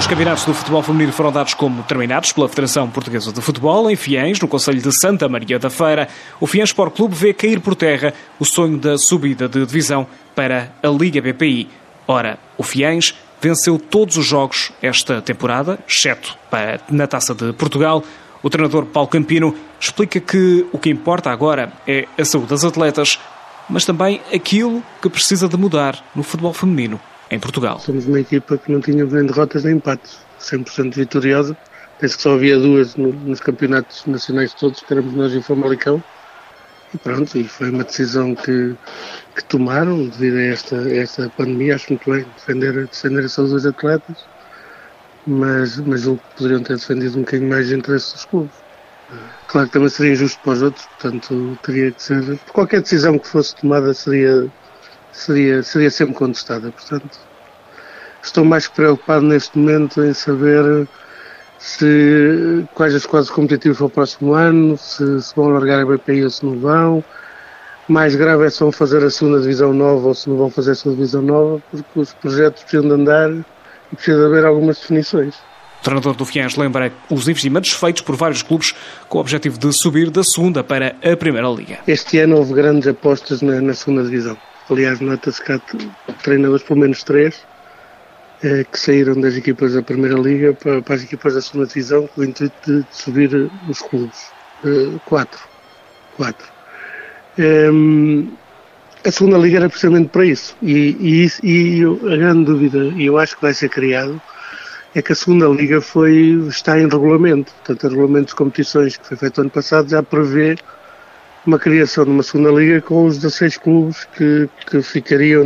Os campeonatos do futebol feminino foram dados como terminados pela Federação Portuguesa de Futebol. Em Fiães, no concelho de Santa Maria da Feira, o Fiães Sport Clube vê cair por terra o sonho da subida de divisão para a Liga BPI. Ora, o Fiães venceu todos os jogos esta temporada, exceto na Taça de Portugal. O treinador Paulo Campino explica que o que importa agora é a saúde das atletas, mas também aquilo que precisa de mudar no futebol feminino em Portugal. Somos uma equipa que não tinha nem derrotas nem empates, 100% vitoriosa. Penso que só havia duas nos campeonatos nacionais todos, que éramos nós e o Famalicão. E pronto, e foi uma decisão que tomaram devido a esta pandemia. Acho muito bem defender a saúde dos atletas, mas julgo que poderiam ter defendido um bocadinho mais de interesse dos clubes. Claro que também seria injusto para os outros, portanto teria que ser, qualquer decisão que fosse tomada seria sempre contestada. Portanto, estou mais preocupado neste momento em saber quais as quadros competitivos para o próximo ano, se vão largar a BPI ou se não vão. Mais grave é se vão fazer a segunda divisão nova ou se não vão fazer a segunda divisão nova, porque os projetos precisam de andar e precisa de haver algumas definições. O treinador do Fiães lembra os investimentos feitos por vários clubes com o objetivo de subir da segunda para a Primeira Liga. Este ano houve grandes apostas na segunda divisão. Aliás, nota-se que há treinadores, pelo menos 3, que saíram das equipas da Primeira Liga para as equipas da segunda divisão com o intuito de subir os clubes. 4. A segunda Liga era precisamente para isso. E a grande dúvida, e eu acho que vai ser criado, é que a segunda Liga está em regulamento. Portanto, o regulamento de competições que foi feito ano passado já prevê uma criação de uma segunda Liga com os 16 clubes que ficariam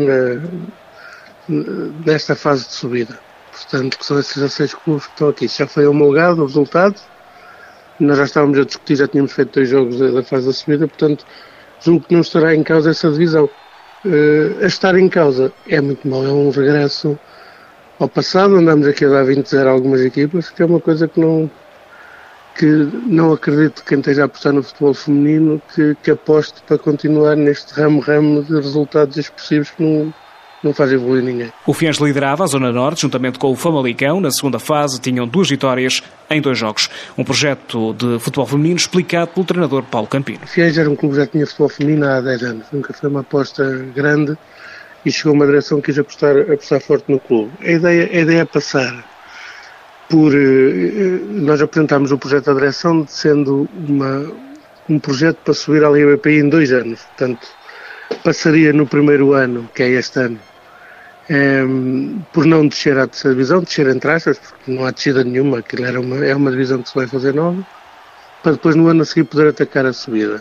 nesta fase de subida. Portanto, que são esses 16 clubes que estão aqui. Já foi homologado o resultado. Nós já estávamos a discutir, já tínhamos feito 2 jogos da fase da subida, portanto, julgo que não estará em causa essa divisão. A estar em causa é muito mau, é um regresso ao passado. Andamos aqui a dar 20-0 a algumas equipas, que é uma coisa que não acredito que quem esteja a apostar no futebol feminino que aposte para continuar neste ramo de resultados expressivos que não faz evoluir ninguém. O Fiães liderava a Zona Norte, juntamente com o Famalicão. Na segunda fase tinham 2 vitórias em 2 jogos. Um projeto de futebol feminino explicado pelo treinador Paulo Campino. O Fiães era um clube que já tinha futebol feminino há 10 anos. Nunca foi uma aposta grande e chegou a uma direção que quis apostar forte no clube. A ideia é passar por... Nós apresentámos o projeto da direção sendo um projeto para subir à Liga BPI em 2 anos. Portanto, passaria no primeiro ano, que é este ano, por não descer à terceira divisão, descer entre aspas, porque não há descida nenhuma, aquilo é uma divisão que se vai fazer nova, para depois no ano a seguir poder atacar a subida.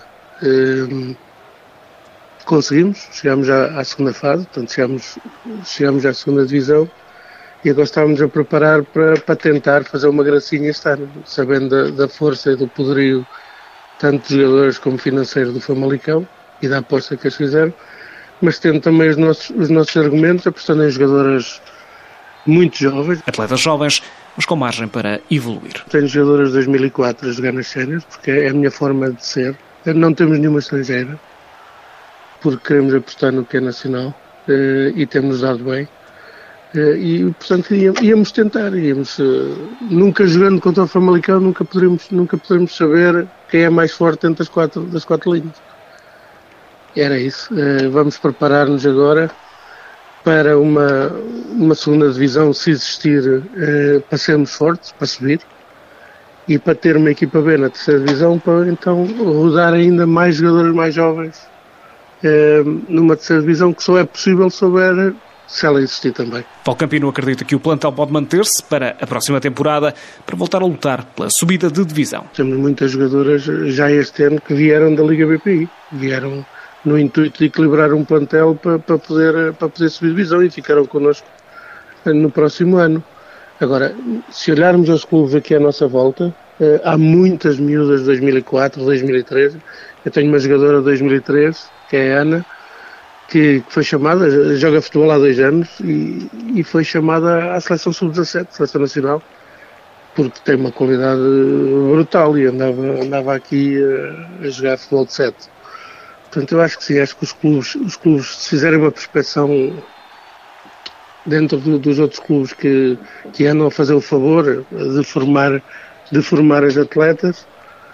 Conseguimos, chegámos já à segunda fase, portanto chegámos já à segunda divisão e agora estávamos a preparar para tentar fazer uma gracinha este ano, sabendo da força e do poderio tanto de jogadores como financeiros do Famalicão e da aposta que eles fizeram, mas tendo também os nossos argumentos, apostando em jogadoras muito jovens. Atletas jovens, mas com margem para evoluir. Tenho jogadoras de 2004 a jogar nas séniores, porque é a minha forma de ser. Não temos nenhuma estrangeira, porque queremos apostar no que é nacional e temos dado bem. E, portanto, íamos tentar. Nunca jogando contra o Famalicão, nunca poderemos saber quem é mais forte entre das quatro linhas. Era isso. Vamos preparar-nos agora para uma segunda divisão, se existir, para sermos fortes, para subir, e para ter uma equipa B na terceira divisão, para então rodar ainda mais jogadores mais jovens numa terceira divisão, que só é possível se ela existir também. Paulo Campino acredita que o plantel pode manter-se para a próxima temporada, para voltar a lutar pela subida de divisão. Temos muitas jogadoras já este ano que vieram da Liga BPI, vieram no intuito de equilibrar um plantel para poder subir divisão e ficaram connosco no próximo ano. Agora, se olharmos aos clubes aqui à nossa volta, há muitas miúdas de 2004, 2013. Eu tenho uma jogadora de 2013, que é a Ana, que foi chamada, joga futebol há 2 anos e foi chamada à seleção sub-17, seleção nacional, porque tem uma qualidade brutal e andava aqui a jogar futebol de 7. Portanto, eu acho que sim, acho que os clubes se fizerem uma prospeção dentro dos outros clubes que andam a fazer o favor de formar as atletas,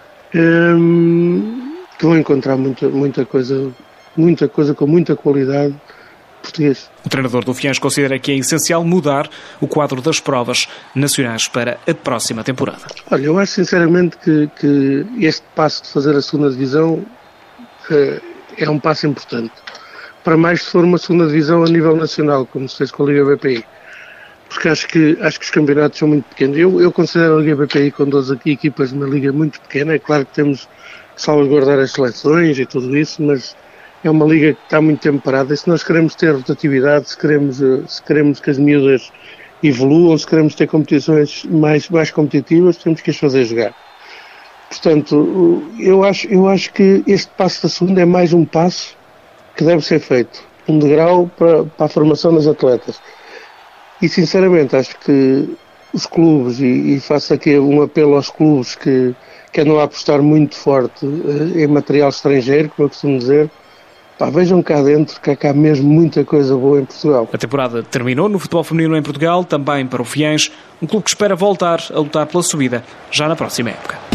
que vão encontrar muita coisa com muita qualidade português. O treinador do Fiães considera que é essencial mudar o quadro das provas nacionais para a próxima temporada. Olha, eu acho sinceramente que este passo de fazer a segunda divisão é um passo importante. Para mais se for uma segunda divisão a nível nacional, como se fez com a Liga BPI. Porque acho que os campeonatos são muito pequenos. Eu considero a Liga BPI com 12 equipas uma liga muito pequena. É claro que temos que salvaguardar as seleções e tudo isso, mas é uma liga que está muito tempo parada. E se nós queremos ter rotatividade, se queremos que as miúdas evoluam, se queremos ter competições mais competitivas, temos que as fazer jogar. Portanto, eu acho que este passo da segunda é mais um passo que deve ser feito. Um degrau para a formação das atletas. E sinceramente acho que os clubes, e faço aqui um apelo aos clubes que andam a apostar muito forte em material estrangeiro, como eu costumo dizer, vejam cá dentro que há mesmo muita coisa boa em Portugal. A temporada terminou no futebol feminino em Portugal, também para o Fiães, um clube que espera voltar a lutar pela subida já na próxima época.